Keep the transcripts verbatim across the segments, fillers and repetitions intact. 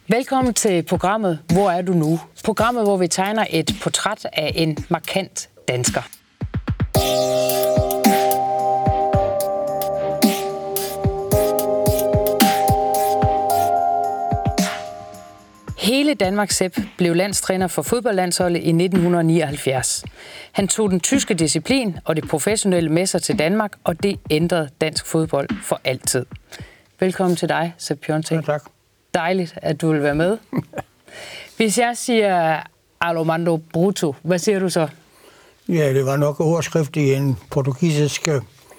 Velkommen til programmet Hvor er du nu? Programmet, hvor vi tegner et portræt af en markant dansker. Hele Danmarks Sepp blev landstræner for fodboldlandsholdet i nitten nioghalvfjerds. Han tog den tyske disciplin og det professionelle med sig til Danmark, og det ændrede dansk fodbold for altid. Velkommen til dig, Sepp Piontek. Ja, tak. Dejligt, at du vil være med. Hvis jeg siger Armando Bruto, hvad siger du så? Ja, det var nok overskrift i en portugisisk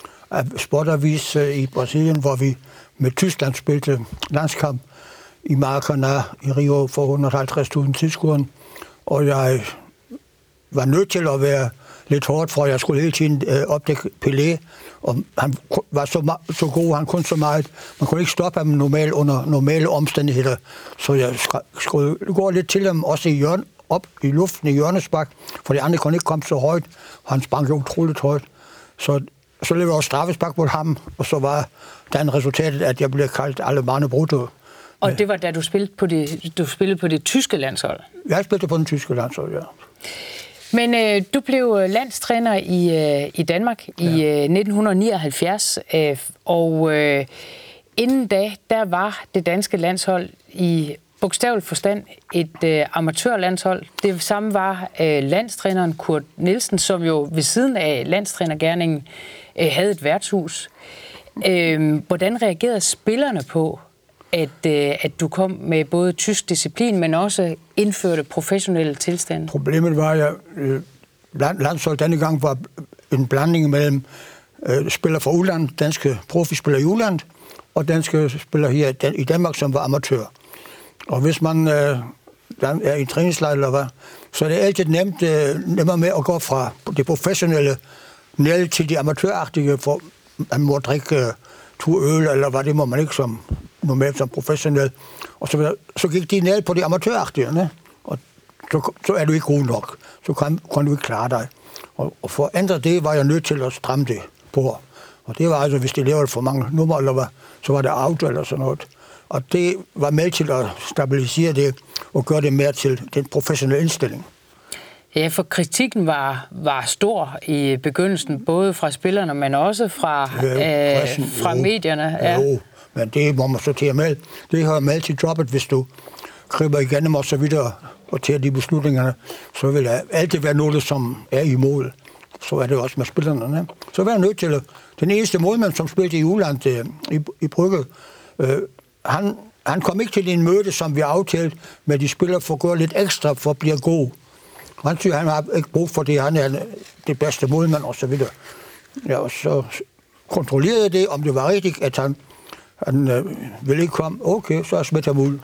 sportavis i Brasilien, hvor vi med Tyskland spilte landskamp i Maracanã i Rio for et hundrede og halvtreds tusind tilskuere. Og jeg var nødt til at være lidt hårdt, for jeg skulle hele tiden øh, opdække Pelé. Og han var så, så god, han kunne så meget. Man kunne ikke stoppe ham normalt under normale omstændigheder. Så jeg skulle gå lidt til ham, også i hjørne, op i luften i hjørnespark, for de andre kunne ikke komme så højt. Han sprang jo utroligt højt. Så, så lavede jeg også straffespark mod ham, og så var den resultatet, at jeg blev kaldt Armando Bruto. Og det var da du spillede på det, du spillede på det tyske landshold? Jeg spillede på den tyske landshold, ja. Men øh, du blev landstræner i, øh, i Danmark i ja. øh, nitten nioghalvfjerds, øh, og øh, inden da, der var det danske landshold i bogstavelig forstand et øh, amatørlandshold. Det samme var øh, landstræneren Kurt Nielsen, som jo ved siden af landstrænergerningen øh, havde et værtshus. Øh, hvordan reagerede spillerne på, at, øh, at du kom med både tysk disciplin, men også indførte professionelle tilstande? Problemet var, at øh, landshold denne gang var en blanding mellem øh, spillere fra udlandet, danske profispillere i udlandet, og danske spillere her i Danmark, som var amatør. Og hvis man øh, er i en træningslejr eller hvad, så er det altid nemt, øh, nemmere med at gå fra det professionelle ned til de amatøragtige, for man må drikke øh, to øl, eller hvad det må man ikke som normalt som professionel. Og så, så gik de ned på de amatøragtige, ne? Og så, så er du ikke god nok. Så kan, kan du ikke klare dig. Og, og for at ændre det, var jeg nødt til at stramme det på. Og det var altså, hvis de lavede for mange numre, eller hvad, så var det out eller sådan noget. Og det var med til at stabilisere det og gøre det mere til den professionelle indstilling. Ja, for kritikken var, var stor i begyndelsen, både fra spillerne, men også fra, ja, pressen, øh, fra jo, medierne. Ja. Jo, men det må man sortere med. Det hører med til jobbet, hvis du griber igennem og så videre og tager de beslutningerne, så vil der altid være noget, som er imod. Så er det også med spillerne. Ne? Så var jeg nødt til at... Den eneste målmand, som spillede i udlandet i, i Brygge, øh, han, han kom ikke til en møde, som vi aftalte med de spillere, for at gøre lidt ekstra for at blive god. Han siger, han har ikke brug for det, han er det bedste målmand og så videre. Ja, og så kontrollerede det, om det var rigtigt, at han, han øh, ville ikke komme. Okay, så er smidt ham ud.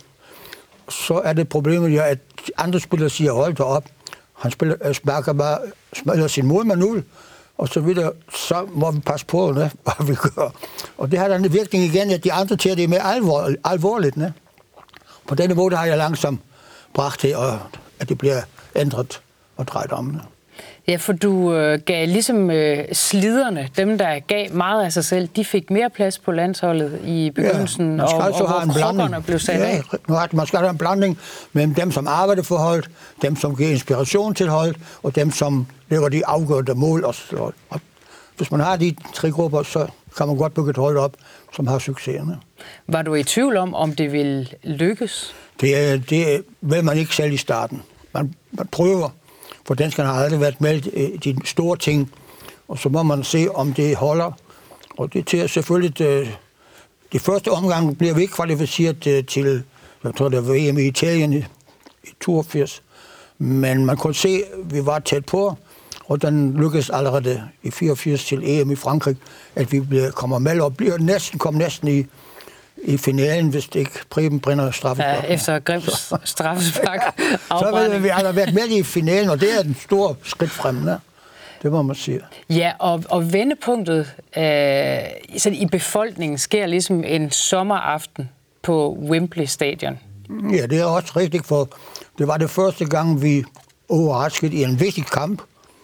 Så er det problemet, ja, at andre spillere siger, hold da op. Han spiller, smager bare, smadrer sin målmand ud, og så videre. Så må vi passe på, ne, hvad vi gør. Og det har den virkning igen, at de andre tager det mere alvor, alvorligt. Ne? På denne måde har jeg langsomt bragt det, og at det bliver ændret og drejet om. Ne? Ja, for du øh, gav ligesom øh, sliderne, dem der gav meget af sig selv, de fik mere plads på landsholdet i begyndelsen, ja, og, og hvor krukkerne blev sat ja, af. Nu har man skal have en blanding mellem dem, som arbejder for holdet, dem, som giver inspiration til holdet, og dem, som laver de afgørende mål. Og, og hvis man har de tre grupper, så kan man godt bygge et hold op, som har succeserne. Var du i tvivl om, om det ville lykkes? Det, det vil man ikke selv i starten. Man, man prøver. For danskerne har aldrig været med i de store ting, og så må man se, om det holder. Og det til selvfølgelig, det, det første omgang bliver vi ikke kvalificeret til, jeg tror det var V M i Italien i, i toogfirs, men man kunne se, at vi var tæt på, og den lykkedes allerede i fireogfirs til E M i Frankrig, at vi bliver, kommer med og bliver næsten, kom næsten i, i finalen, hvis det ikke Preben Brenner straffespark. Ja, efter Grims straffespark. Så vil vi have været med i finalen, og det er den store skridt frem, ne? Det må man sige. Ja, og, og vendepunktet øh, sådan i befolkningen sker ligesom en sommeraften på Wembley Stadion. Ja, det er også rigtigt, for det var det første gang, vi overraskede i en vigtig kamp,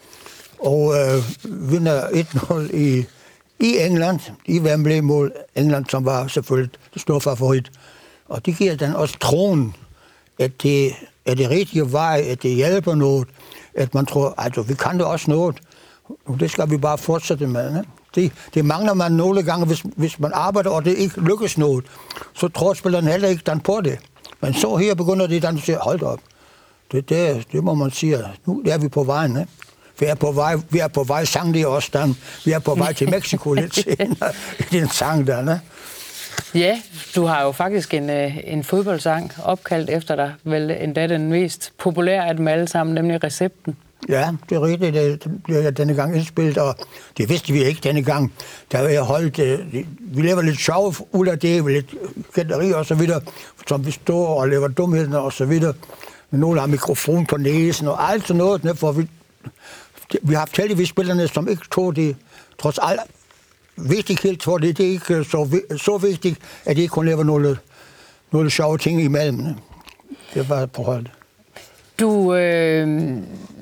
og øh, vinder et nul i i England, i Wembley mod England, som var selvfølgelig det store favorit. Og det giver den også troen at det er det rigtige vej, at det hjælper noget, at man tror, altså vi kan det også noget, og det skal vi bare fortsætte med. Ne? Det, det mangler man nogle gange, hvis, hvis man arbejder, og det ikke lykkes noget, så tror spilleren heller ikke den på det. Men så her begynder det, at sige, hold op, det, det, det må man sige, nu er vi på vejen, ne? Vi er på vej, vi er på vej, sang det også, Dan. Vi er på vej til Mexico lidt senere i den sang der, ne? Ja, du har jo faktisk en, en fodboldsang opkaldt efter dig, vel endda den mest populære af dem alle sammen, nemlig Recepten. Ja, det er rigtigt, det bliver denne gang indspillet, og det vidste vi ikke denne gang. Der var jeg holdt, vi laver lidt sjov ud af det, lidt gætteri og så videre, som vi står og laver dumheder og så videre. Men nogle har mikrofon på næsen og alt sådan noget, for vi, vi har haft heldigvis spillerne, som ikke tog det, trods alt, vigtigt helt for det, det er ikke så, så vigtigt, at de ikke kunne lave nogle, nogle sjove ting imellem. Det var på holdet. Du øh,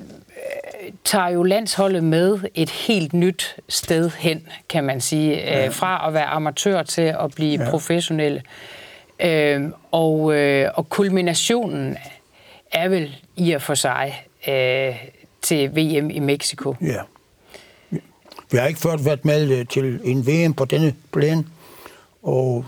tager jo landsholdet med et helt nyt sted hen, kan man sige. Ja. Øh, fra at være amatør til at blive ja. professionelle. Øh, og, øh, og kulminationen er vel i og for sig øh, til V M i Mexico. Ja. Vi har ikke før været med til en V M på denne plan, og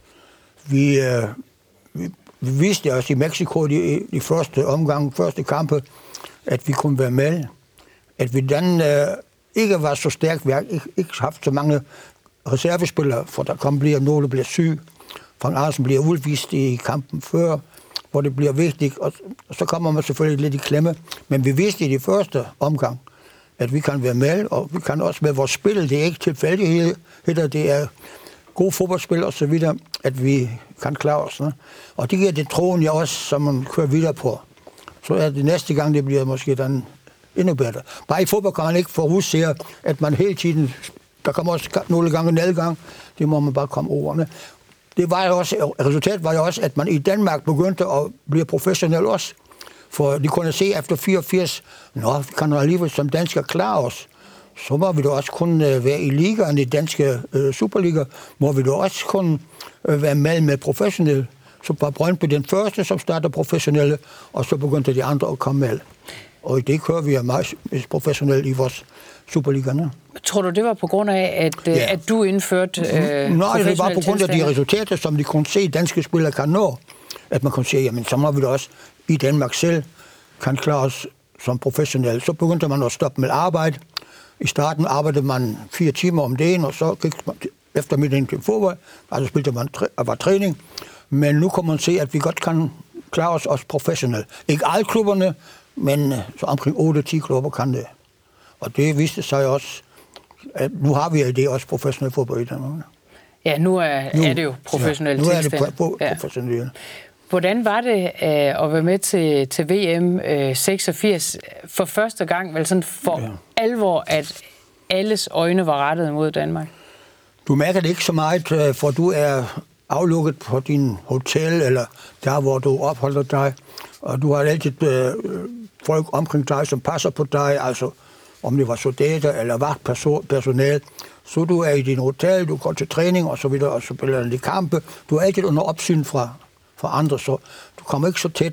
vi, øh, vi, vi viste os i Mexico i de første omgang, første kampe, at vi kunne være med. At vi den øh, ikke var så stærk, vi har ikke, ikke haft så mange reservespillere, for der kom bliver nogle bliver syge. Frank Andersen bliver udvist i kampen før, hvor det bliver vigtigt, og, og så kommer man selvfølgelig lidt i klemme. Men vi vidste i de første omgang, at vi kan være med, og vi kan også med vores spil. Det er ikke tilfældighed, det er god fodboldspil og så videre, at vi kan klare os. Ne? Og det giver det troen jeg også, som man kører videre på. Så er det næste gang, det bliver måske den endnu bedre. Bare i fodbold kan man ikke forudse, at man hele tiden, der kommer også nogle gange nedgang, det må man bare komme over. Det var jo også, resultatet var jo også, at man i Danmark begyndte at blive professionel også. For de kunne se efter fireogfirs, nå, vi kan alligevel som danskere klare os. Så må vi da også kunne være i ligaen, i danske øh, Superliga, må vi da også kunne øh, være med med professionelle. Så var Brøndby den første, som startede professionelle, og så begyndte de andre at komme med. Og i det kører vi meget professionelle i vores Superliga. Ne? Tror du, det var på grund af, at, ja. at du indførte øh, Nej, det var på grund af de resultater, som de kunne se, danske spillere kan nå. At man kunne sige, jamen så må vi da også i Danmark selv kan klare os som professionelle. Så begyndte man at stoppe med arbejde. I starten arbejdede man fire timer om dagen, og så gik man eftermiddagen til fodbold. Altså spilte man og var træning. Men nu kan man se, at vi godt kan klare os også professionelle. Ikke alle klubberne, men så omkring otte til ti klubber kan det. Og det viste sig også, at nu har vi det også professionelle fodbold i Danmark. Ja, nu er, nu, er det jo professionelle ja, nu er det tilstand. Pro, pro, professionelle. Ja. Hvordan var det uh, at være med til, til V M uh, seksogfirs for første gang, vel sådan for ja. alvor, at alles øjne var rettet mod Danmark? Du mærker det ikke så meget, for du er aflukket på din hotel, eller der, hvor du opholder dig, og du har altid uh, folk omkring dig, som passer på dig, altså om det var soldater eller vagtpersonale. Så du er i din hotel, du går til træning og så videre, og så spiller de kampe. Du er altid under opsyn fra, fra andre, så du kommer ikke så tæt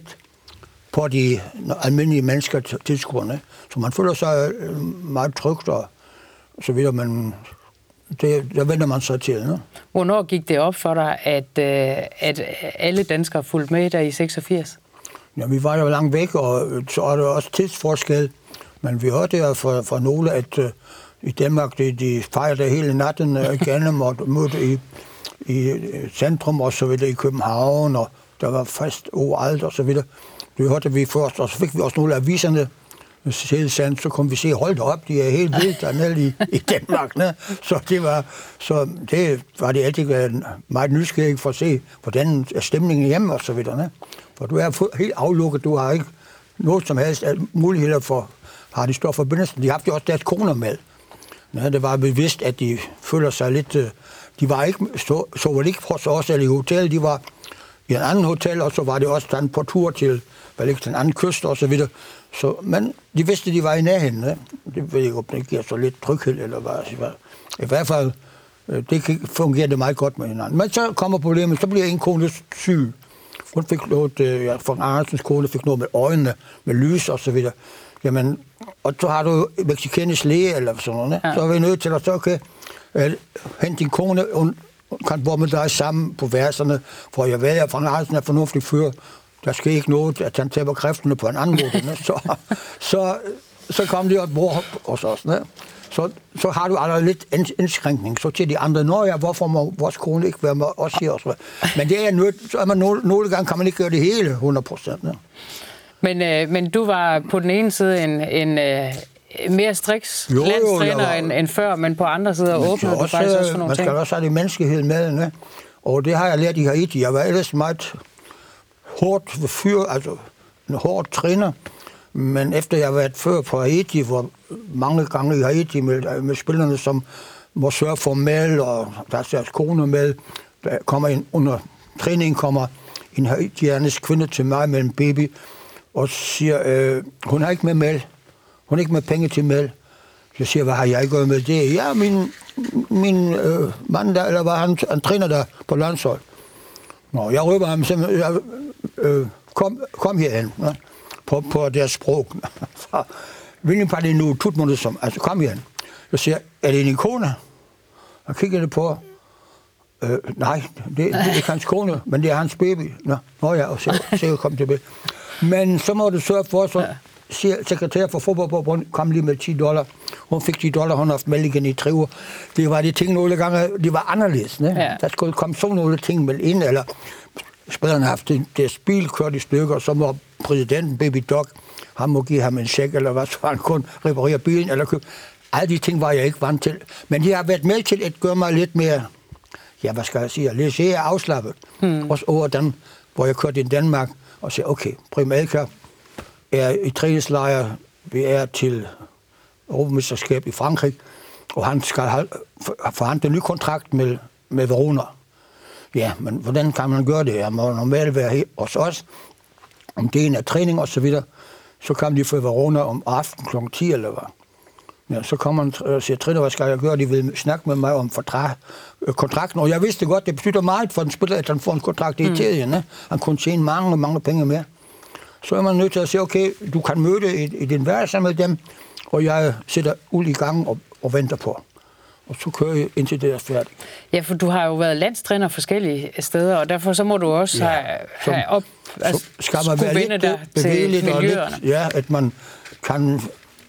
på de almindelige mennesker, tilskuerne. Så man føler sig meget trygt og så videre, men det, der vender man sig til. Ne? Hvornår gik det op for dig, at, at alle danskere fulgte med der i seksogfirs? Ja, vi var jo langt væk, og så er der også tidsforskel. Men vi hørte jo fra, fra nogle, at uh, i Danmark, de, de fejrede hele natten uh, igennem og mødte i, i centrum og så videre i København, og der var fast overalt og så videre. Det hørte vi først, og så fik vi også nogle af aviserne, så kunne vi se, hold da op, de er helt vildt dernede i, i Danmark. Ne? Så det var så det var det altid meget nysgerrig for at se, hvordan er stemningen hjemme og så videre. Ne? For du er helt aflukket, du har ikke noget som helst muligheder for, har de stor forbindelse. De har haft jo også deres koner med. Ja, det var bevidst, at de føler sig lidt, de var ikke, så, så var det ikke hos os eller i hotel, de var i en anden hotel, og så var det også den på tur til, vel ikke, den anden kyst og så videre. Så, men de vidste, de var i nærheden. Ne? Det ved jeg ikke, om det giver så lidt tryghed, eller hvad. I hvert fald, det fungerede meget godt med hinanden. Men så kommer problemet, så bliver en kone syg. Hun fik noget, ja, von Andersens kone fik noget med øjnene, med lys og så videre. Jamen, og så har du mexikansk læge eller sådan noget, ja. Så er vi nødt til at så okay, uh, hente din kone, hun kan bo med dig sammen på værelserne, for jeg ved, at von Andersen er fornuftig fyr. Der skal ikke noget, at han taber kræfterne på en anden måde. så, så, så kom de og bor hos os. Ne? Så, så har du allerede lidt indskrænkning. Så til de andre, når jeg, hvorfor må vores kone ikke være med os her? Også. Men det er nødt, så er man nogle, nogle gange kan man ikke gøre det hele hundrede procent. Ne? Men, øh, men du var på den ene side en, en øh, mere striks landstræner var... end, end før, men på andre sider åbnede du faktisk også for nogle man ting. Man skal også have det menneskehed med, ne? Og det har jeg lært i Haiti. Jeg var ellers meget hårdt fyr, altså en hård træner, men efter jeg har været før på Haiti, hvor mange gange i Haiti med, med spillerne, som må sørge for mad, og der er deres kone med, der kommer en, under træningen kommer en haitiansk kvinde til mig med en baby, og siger, øh, hun har ikke med mad, hun har ikke med penge til mad. Så siger, hvad har jeg gjort med det? Ja, min, min øh, mand der, eller var han, han træner der på landshold. Nå, jeg røber ham simpelthen, jeg, øh, kom, kom herhen, ja, på, på deres sprog. Hvilken par det nu, tut mig som, altså kom herhen. Jeg siger, er det din kone? Jeg kigger det på, øh, nej, det, det er ikke hans kone, men det er hans baby. Nå, Nå ja, og sikkert kom tilbage. Men så må du sørge for, så siger sekretær for fodboldforbund, kom lige med ti dollar. Hun fik ti dollar, hun har haft med igen i tre uger. Det var de ting nogle gange, de var anderledes. Ne? Ja. Der skulle komme sådan nogle ting med ind, eller spillerne har haft det, det spil kørt i stykker, så må præsidenten, Baby Doc, han må give ham en check, eller hvad, så han kun reparere bilen, eller købe. Alle de ting var jeg ikke vant til. Men de har været med til at gøre mig lidt mere, ja, hvad skal jeg sige, lidt mere afslappet. Hmm. Også over dem, hvor jeg kørte i Danmark, og siger, okay, Preben Elkjær er i træningslejr, vi er til Europamesterskab i Frankrig, og han skal have forhandlet en ny kontrakt med, med Verona. Ja, men hvordan kan man gøre det? Jeg må normalt være hos os, om det er en af træning og så videre. Så kom de fra Verona om aftenen klokken ti eller hvad. Ja, så kommer han og siger, træner, hvad skal jeg gøre? De vil snakke med mig om fortra- kontrakten, og jeg vidste godt, det betyder meget for en spiller, at han får en kontrakt i mm. Italien. Ne? Han kunne tjene mange, mange penge mere. Så er man nødt til at sige, okay, du kan møde i, i din værelse med dem, og jeg sætter uld i gang og, og venter på. Og så kører jeg indtil det er færdigt. Ja, for du har jo været landstræner forskellige steder, og derfor så må du også ja, have, så, have op, altså, skal man være lidt bevægeligt og lidt, ja, at man kan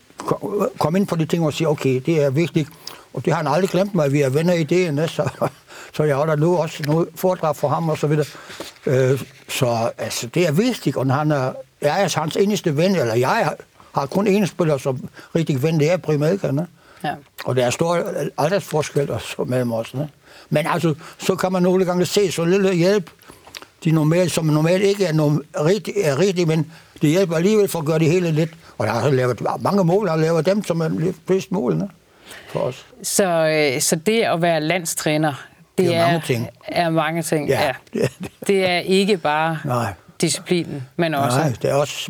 komme ind på de ting og sige, okay, det er vigtigt. Og det har han aldrig glemt mig, at vi er venner i det, så, så jeg holder nu også noget foredrag for ham og så videre. Øh, så altså, det er vigtigt, og han er, jeg er hans eneste ven, eller jeg har kun en spiller som rigtig ven, det er Preben Elkjær. Ja. Og der er stor aldersforskel også mellem os. Ne? Men altså, så kan man nogle gange se så lille hjælp, de normalt, som normalt ikke er, no, rigtig, er rigtig, men det hjælper alligevel for at gøre det hele lidt. Og jeg har lavet mange mål, og lavet dem, som er flest mål, ne? For os. Så, så det at være landstræner, det, det er, er mange ting. Er mange ting. Ja, ja. Det, er, det. det er ikke bare Nej. disciplinen, men også... Nej, det er også,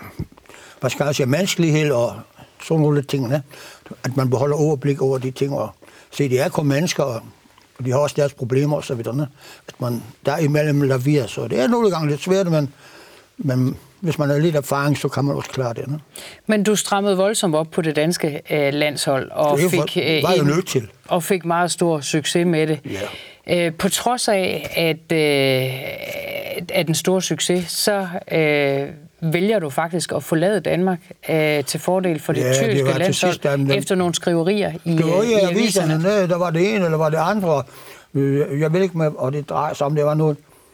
hvad skal jeg sige, menneskelighed og sådan nogle ting, ne? At man beholder overblik over de ting, og se, de er kun mennesker, og de har også deres problemer og så videre, ne? At man der imellem laverer, så det er nogle gange lidt svært, men, men hvis man har lidt erfaring, så kan man også klare det. Ne? Men du strammede voldsomt op på det danske øh, landshold, og det fik, øh, var jo nødt til. Og fik meget stor succes med det. Ja. Øh, på trods af, at, øh, at den store succes, så øh, vælger du faktisk at forlade Danmark øh, til fordel for det ja, tyrkiske det landshold, sidst, den, efter nogle skriverier i, det var, ja, i aviserne. Ne, der var det ene, eller var det andre. Jeg ved ikke, med, og det drejer sig om, det var noget...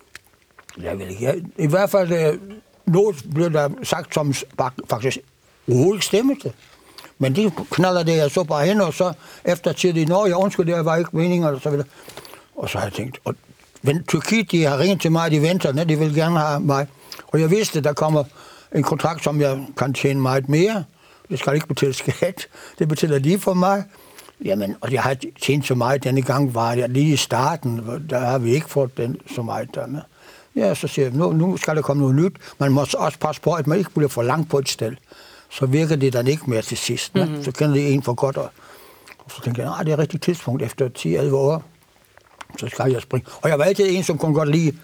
Jeg ved ikke, jeg, i hvert fald... Det, noget blev der sagt, som faktisk overhovedet stemmede. Men de knaller det, jeg så bare hen, og så efter til de, nå, jeg undskyld, det var ikke meningen, og så videre. Og så har jeg tænkt, og Tyrkiet, de har ringet til mig, de venter, ne? De vil gerne have mig. Og jeg vidste, der kommer en kontrakt, som jeg kan tjene meget mere. Det skal ikke betale skat. Det betaler de for mig. Jamen, og jeg har tjent så meget denne gang, var jeg lige i starten, der har vi ikke fået den så meget der, ne? Ja, så siger jeg, nu, nu skal der komme noget nyt. Man må også passe på, at man ikke bliver for langt på et sted. Så virker det dann ikke mere til sidst. Mm-hmm. Så kender det en for godt. Og, og så tænker jeg, nej, det er et rigtigt tidspunkt efter ti elleve år. Så skal jeg springe. Og jeg var altid en, som kunne godt lide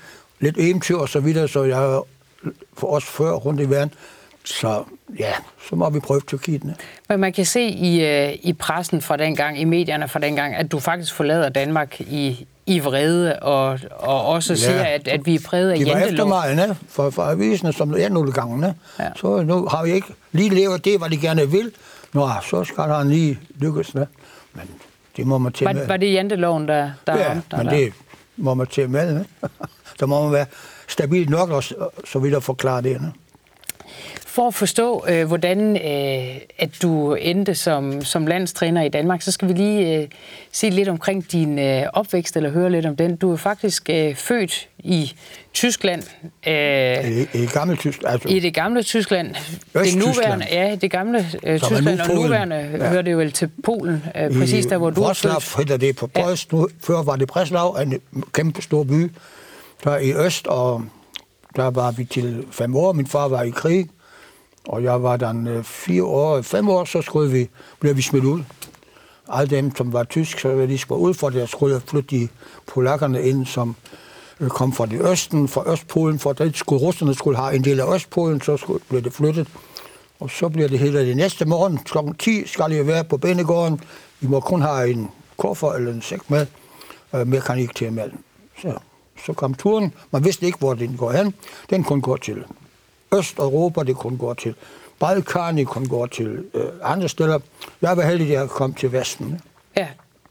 lidt eventyr og så videre, så jeg har for os før rundt i verden. Så ja, så må vi prøve Tyrkiet. Ne? Men man kan se i, i pressen fra dengang, i medierne fra dengang, at du faktisk forlader Danmark i, i vrede, og, og også ja. siger, at, at vi er præget af jantelov. De var efter mig, ne? For, for aviserne, som er nogle gange. Ne? Ja. Så nu har vi ikke lige levet det, hvad de gerne vil. Nå, så skal han lige lykkes. Ne? Men det må man til var, med. Var det janteloven, der, der ja, ramte dig? men der? det må man til med. Ne? Så må man være stabil nok, og så vidt at forklare det. Ne? For at forstå, øh, hvordan øh, at du endte som, som landstræner i Danmark, så skal vi lige øh, se lidt omkring din øh, opvækst, eller høre lidt om den. Du er faktisk øh, født i Tyskland. Øh, I, I gamle Tyskland? Altså, I det gamle Tyskland. Det nuværende, ja, det gamle øh, Tyskland, og nuværende ja. hører det jo vel til Polen, øh, præcis der, hvor du er født. Wrocław hedder det på Post. Ja. Nu, før var det Breslau, en kæmpe stor by, der i øst, og der var vi til fem år. Min far var i krig. Og jeg var der fire år, fem år, så skulle vi, blev vi smidt ud. Alle dem, som var tysk, så var de skulle ud for det. Jeg skulle flytte de polakkerne ind, som kom fra det østen, fra Østpolen. For det skulle russerne skulle have en del af Østpolen, så skulle, blev det flyttet. Og så bliver det hele det næste morgen. Klokken ti skal jeg være på banegården. I må kun have en kuffer eller en sæk med. Øh, mere kan I ikke til med. Så, så kom turen. Man vidste ikke, hvor den går hen. Den kunne gå til Østeuropa, det kunne gå til Balkan, det kunne gå til øh, andre steder. Jeg var heldig, at jeg kom til Vesten. Ja.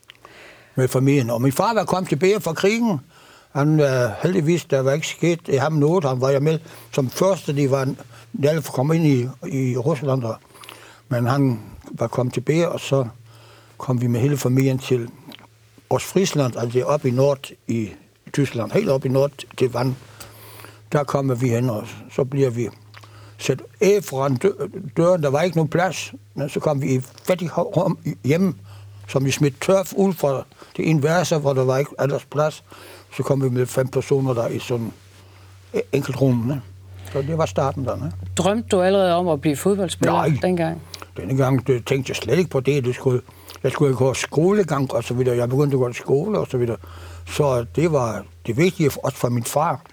Med familien. Og min far var kommet tilbage fra krigen. Han øh, heldigvis, der var ikke sket i ham noget. Han var jeg med som første, de var alle kom ind i, i Rusland. Men han var kommet tilbage, og så kom vi med hele familien til Ostfriesland, altså op i nord i Tyskland. Helt op i nord til vand. Der kommer vi hen, og så bliver vi sat af foran døren. Der var ikke nogen plads, men så kom vi i fattig hjemme, som vi smidt tørf ud fra det ene værelse, hvor der var ikke allers plads. Så kom vi med fem personer der i sådan et enkelt rum. Ne? Så det var starten der. Ne? Drømte du allerede om at blive fodboldspiller Nej, dengang? Denne gang det tænkte jeg slet ikke på det. det skulle, jeg skulle gå skolegang og så videre. Jeg begyndte at gå til skole og så videre. Så det var det vigtige også for min far.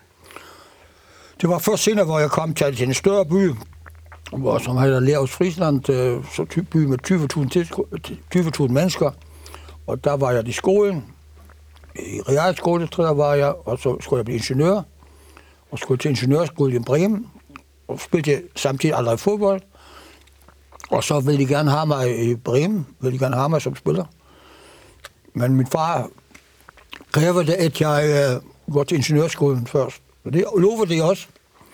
Det var først senere, hvor jeg kom til en større by, hvor, som hedder Leos Friesland, så en by med tyve tusind mennesker. Og der var jeg i skolen. I realskole, tror jeg, var jeg, og så skulle jeg blive ingeniør. Og skulle til ingeniørskole i Bremen. Og spilte samtidig allerede fodbold. Og så ville de gerne have mig i Bremen. Ville de gerne have mig som spiller. Men min far kræver det, at jeg uh, går til ingeniørskolen først. Og det lovede det også.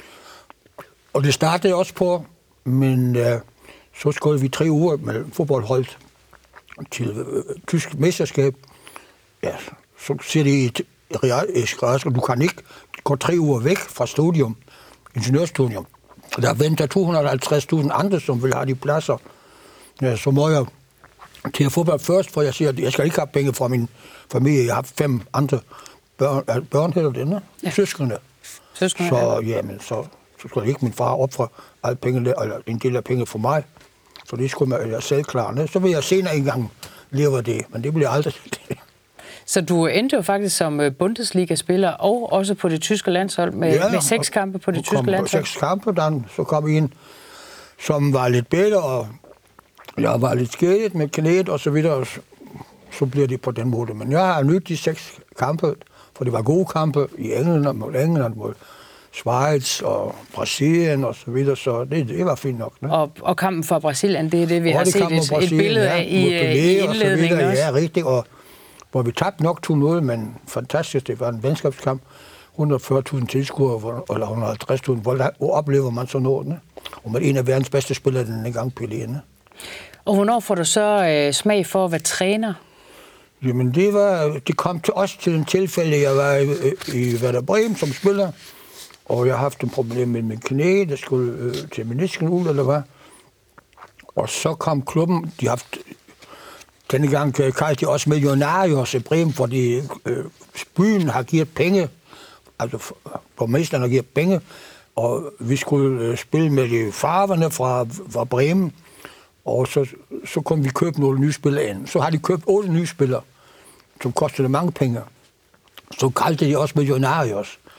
Og det startede jeg også på, men uh, så skulle vi tre uger med fodboldholdet til uh, tysk mesterskab. Ja, så siger de i realskole, du kan ikke gå tre uger væk fra studium, ingeniørstudium. Der venter to hundrede og halvtreds tusind andre, som vil have de pladser. Ja, så må jeg til fodbold først, for jeg siger, at jeg skal ikke have penge fra min familie. Jeg har fem andre børn, børn hedder det, ne? Ja. Søskende. Søskende, så, ja. Jamen, så, så skulle ikke min far op for alle penge, eller en del af penge for mig. Så det skulle jeg selv klare. Ne? Så vil jeg senere engang leve det, men det bliver aldrig det. Så du endte jo faktisk som Bundesliga-spiller, og også på det tyske landshold, med, ja, med seks kampe på det tyske landshold. Seks kampe, der, så kom en, som var lidt bedre, og jeg var lidt skædet med knæet og så videre, og så, så bliver det på den måde. Men jeg har nydt de seks kampe, for det var gode kampe i England, mod England, mod Schweiz og Brasilien og så videre, så det, det var fint nok. Ne? Og, og kampen for Brasilien, det er det, vi og har set et, et billede af ja, i, i indledningen også. Ja, rigtigt, og hvor vi tabte nok to nul, men fantastisk, det var en venskabskamp. et hundrede og fyrre tusind tilskuere, eller et hundrede og halvtreds tusind, hvor oplever man så noget, ne? Og med en af verdens bedste spillere den gang, Pelé, ne? Og hvornår får du så øh, smag for at være træner? Jamen, det, var, det kom til os til en tilfælde, jeg var i, i Werder Bremen som spiller, og jeg har haft et problem med min knæ, der skulle øh, til menisken ud, eller hvad. Og så kom klubben, de har haft. Denne gang kaldte de også millionarios i Bremen, fordi øh, byen har givet penge, altså borgmesteren har givet penge, og vi skulle øh, spille med de farverne fra, fra Bremen, og så, så kunne vi købe nogle nye spillere ind. Så har de købt otte nye spillere, som kostede mange penge. Så kaldte de også millionarios.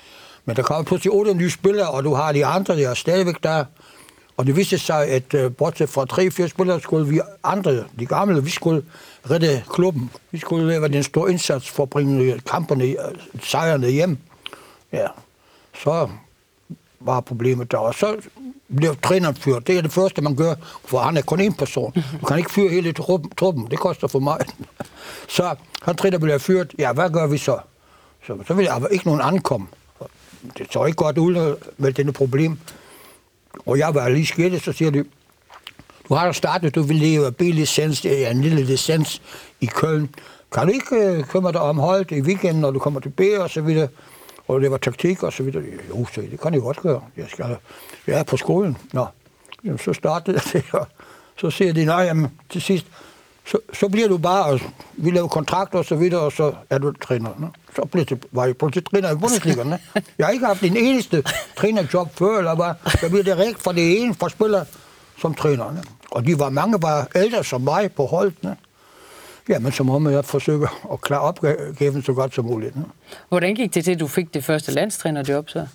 Men der kommer pludselig otte nye spillere, og du har de andre, der er stadigvæk der. Og det viste sig, at uh, bortset fra tre fire spillere, skulle vi andre, de gamle, vi skulle redde klubben. Vi skulle lave den store indsats for at bringe kamperne, sejrene hjem. Ja, så var problemet der. Og så blev træneren fyret. Det er det første, man gør, for han er kun én person. Du kan ikke fyre hele truppen, det koster for meget. Så han træner bliver fyret. Ja, hvad gør vi så? Så, så vil der ikke nogen ankomme. Det så ikke godt ud med denne problem. Og jeg var lige skidt, så siger de, du har startet, du vil leve B-licens, det er en lille licens i Køln. Kan du ikke uh, komme dig om holdet i weekenden, når du kommer til B og så videre? Og det var taktik og så videre. Jo, så det kan jeg godt gøre. Jeg, skal, jeg er på skolen. Nå, jamen, så startede jeg det, og så siger de, nej, jamen, til sidst, så, så bliver du bare, og vi laver kontrakter og så videre, og så er du træner. Nå? Så blev det, var jeg pludselig træner i Bundesliga. Ne? Jeg har ikke haft en eneste trænerjob før, eller hvad. Jeg bliver direkt fra det ene fra spillere som træner. Ne? Og de var mange var ældre som mig på holdet. Ne? Jamen, så må jeg forsøge at klare opgaven så godt som muligt. Ne? Hvordan gik det til, at du fik det første landstrænerjob så?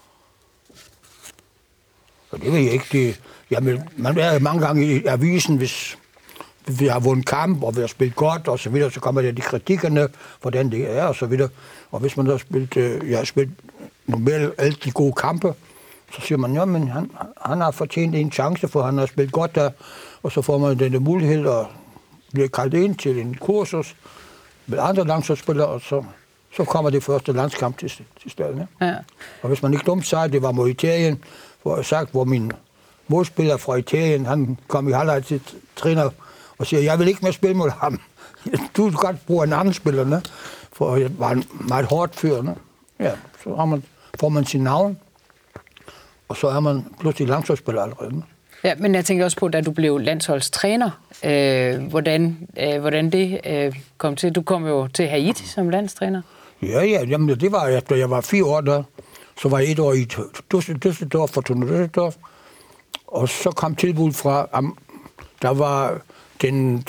Og det ved jeg ikke. Det, jamen, man er mange gange i avisen, hvis vi har vundet kamp, og vi har spillet godt, og så videre, så kommer der de kritikkerne, hvordan det er, og så videre. Og hvis man har spillet, øh, jeg har spillet normalt alle de gode kampe, så siger man, ja, men han, han har fortjent en chance, for han har spillet godt der, og så får man denne mulighed at blive kaldt ind til en kursus med andre landsholdsspillere, og så, så kommer det første landskamp til, til stedet. Ja. Og hvis man ikke dumt siger, det var mod Italien, hvor jeg sagt, hvor min modspiller fra Italien, han kom i halvleg til træner, og siger, jeg vil ikke mere spille mod ham. Du kan godt bruge en anden spiller, ne? For jeg var en meget hårdt fyr. Ne? Ja, så har man, får man sin navn, og så er man pludselig landsholdsspiller allerede. Ne? Ja, men jeg tænker også på, da du blev landsholdstræner, øh, hvordan, øh, hvordan det øh, kom til. Du kom jo til Haiti som landstræner. Ja, ja, jamen, det var efter jeg var fire år der. Så var jeg et år i Düsseldorf for Fortuna Düsseldorf, og så kom tilbud fra, um, der var den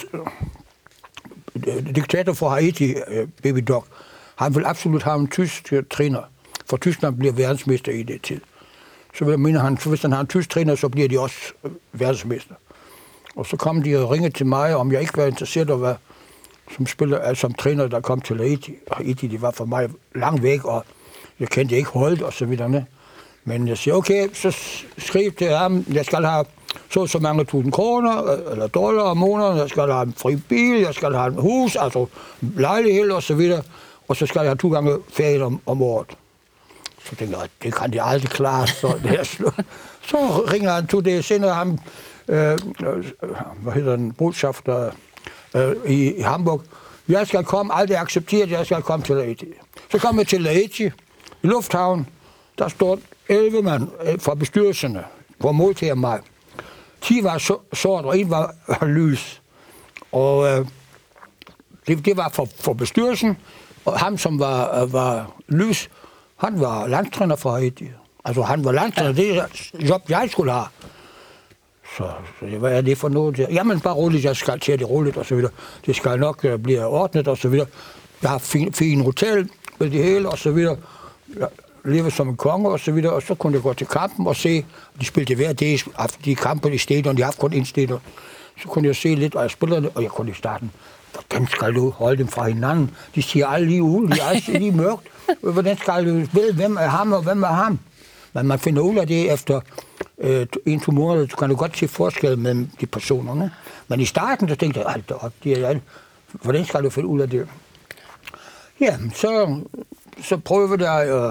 diktator for Haiti, Baby Doc, han vil absolut have en tysk træner, for Tyskland bliver verdensmester i det tid. Så vil jeg han, hvis han har en tysk træner, så bliver de også verdensmester. Og så kom de og ringede til mig, om jeg ikke var interesseret at være som spiller, altså som træner, der kom til Haiti. Haiti, det var for mig langt væk, og jeg kendte ikke holdet og så videre. Ne? Men jeg siger, okay, så skriv til ham, jeg skal have så så mange tusind kroner, eller dollar om måneden, jeg skal have en fri bil, jeg skal have en hus, altså lejlighed og så videre, og så skal jeg have to gange ferie om, om året. Så tænker jeg, det kan de aldrig klare, så det er slut. Så ringer han to dage senere, ham, øh, hvad hedder den, botschafter øh, i, i Hamburg, jeg skal komme, aldrig accepteret, jeg skal komme til Haiti. Så kom jeg til Haiti, i lufthavnen, der stod elleve mand fra bestyrelserne, hvor modtager mig. ti var so- sort, og en var, var lys. Og øh, det, det var for, for bestyrelsen, og ham, som var, var lys, han var landstræner fra Haiti. Altså, han var landstræner, det er job, jeg skulle have. Så, så hvad er det for noget der? Jamen, bare roligt, jeg skal til det roligt, og så videre. Det skal nok uh, blive ordnet, og så videre. Jeg har fin, fin hotel med det hele, og så videre. Jeg lever som en konge, og så videre. Og så kunne jeg gå til kampen og se, de spilte hver dag, de kampe i stadion, de har haft kun en stadion. Så kunne jeg se lidt, og jeg spillede, og jeg kunne i starten, hvordan skal du holde dem fra hinanden? De siger alle lige ud, de er alle lige mørkt. Hvordan skal du vide, hvem er ham, og hvem er ham? Men man finder ud af det efter øh, en, to måneder, så kan du godt se forskel mellem de personer. Ne? Men i starten, så tænkte jeg, alt op, de er, hvordan skal du finde ud af det? Ja, så, så prøvede jeg, øh,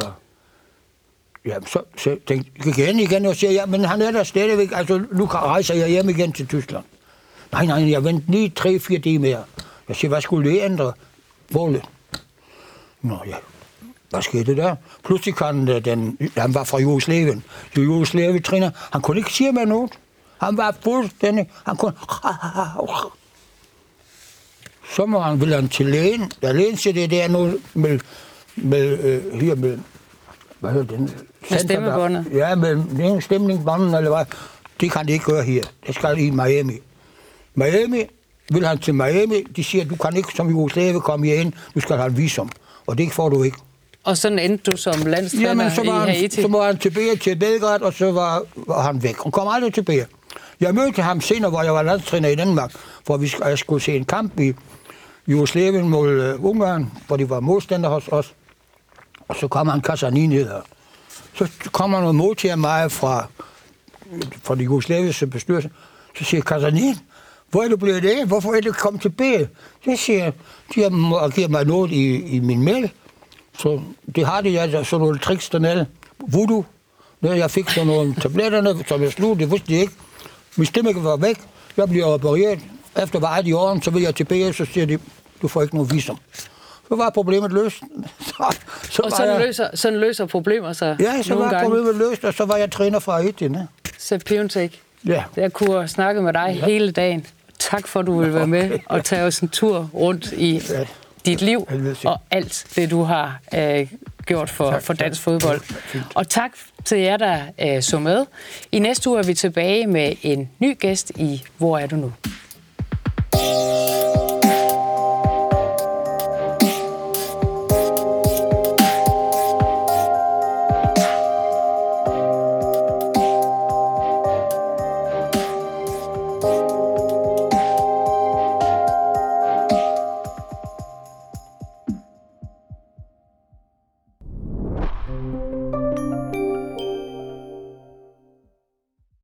ja, så, så tænkte jeg igen, igen og siger, ja, men han er der stadigvæk, altså nu rejser jeg hjem igen til Tyskland. Nej, nej, jeg venter lige tre, fire dage mere. Jeg siger, hvad skulle det ændre? Målet. Nå ja, hvad skete der? Pludselig kan den, han var fra Jugoslavien, Jugoslavien træner, han kunne ikke sige mig noget. Han var fuldstændig, han kunne... Så må han, ville han til lægen. Der lægen siger det, det er noget med, med øh, her med, hvad hedder den? Med stemmebåndet? Ja, med stemningbåndet, eller hvad. Det kan de ikke gøre her. Det skal i Miami. Miami, vil han til Miami, de siger, du kan ikke som Jugoslavie komme herind, du skal have en visum. Og det får du ikke. Og sådan endte du som landstræner Jamen, så var i han, Haiti? så var han tilbage til Belgrad, og så var, var han væk. Han kom aldrig tilbage. Jeg mødte ham senere, hvor jeg var landstræner i Danmark, hvor vi, jeg skulle se en kamp i Jugoslavien mod uh, Ungarn, hvor de var modstandere hos os. Og så kom han Kasanin ned. Så kommer noget mod til mig fra, fra de jugoslaviske bestyrelser. Så siger Kasanin, hvor er du blevet det? Hvorfor er du kommet tilbage? Så siger jeg, de har givet mig noget i, i min mail. Så det har de, altså sådan nogle tricks dernede. Voodoo. Når jeg fik sådan nogle tabletterne, som jeg slog, det vidste de ikke. Min stemme var væk. Jeg bliver opereret. Efter hver i åren, så vil jeg tilbage, så siger de, du får ikke noget visum. Så var problemet løst. Så, så og sådan, jeg, løser, sådan løser problemer sig ja, så var gange. Problemet løst, og så var jeg træner fra Haiti. Sepp Piontek, ja. Jeg kunne snakke med dig ja. hele dagen. Tak for, at du ville være med okay. og tage os en tur rundt i ja. dit liv og alt det, du har øh, gjort for, tak, for dansk tak. fodbold. Og tak til jer, der øh, så med. I næste uge er vi tilbage med en ny gæst i Hvor er du nu?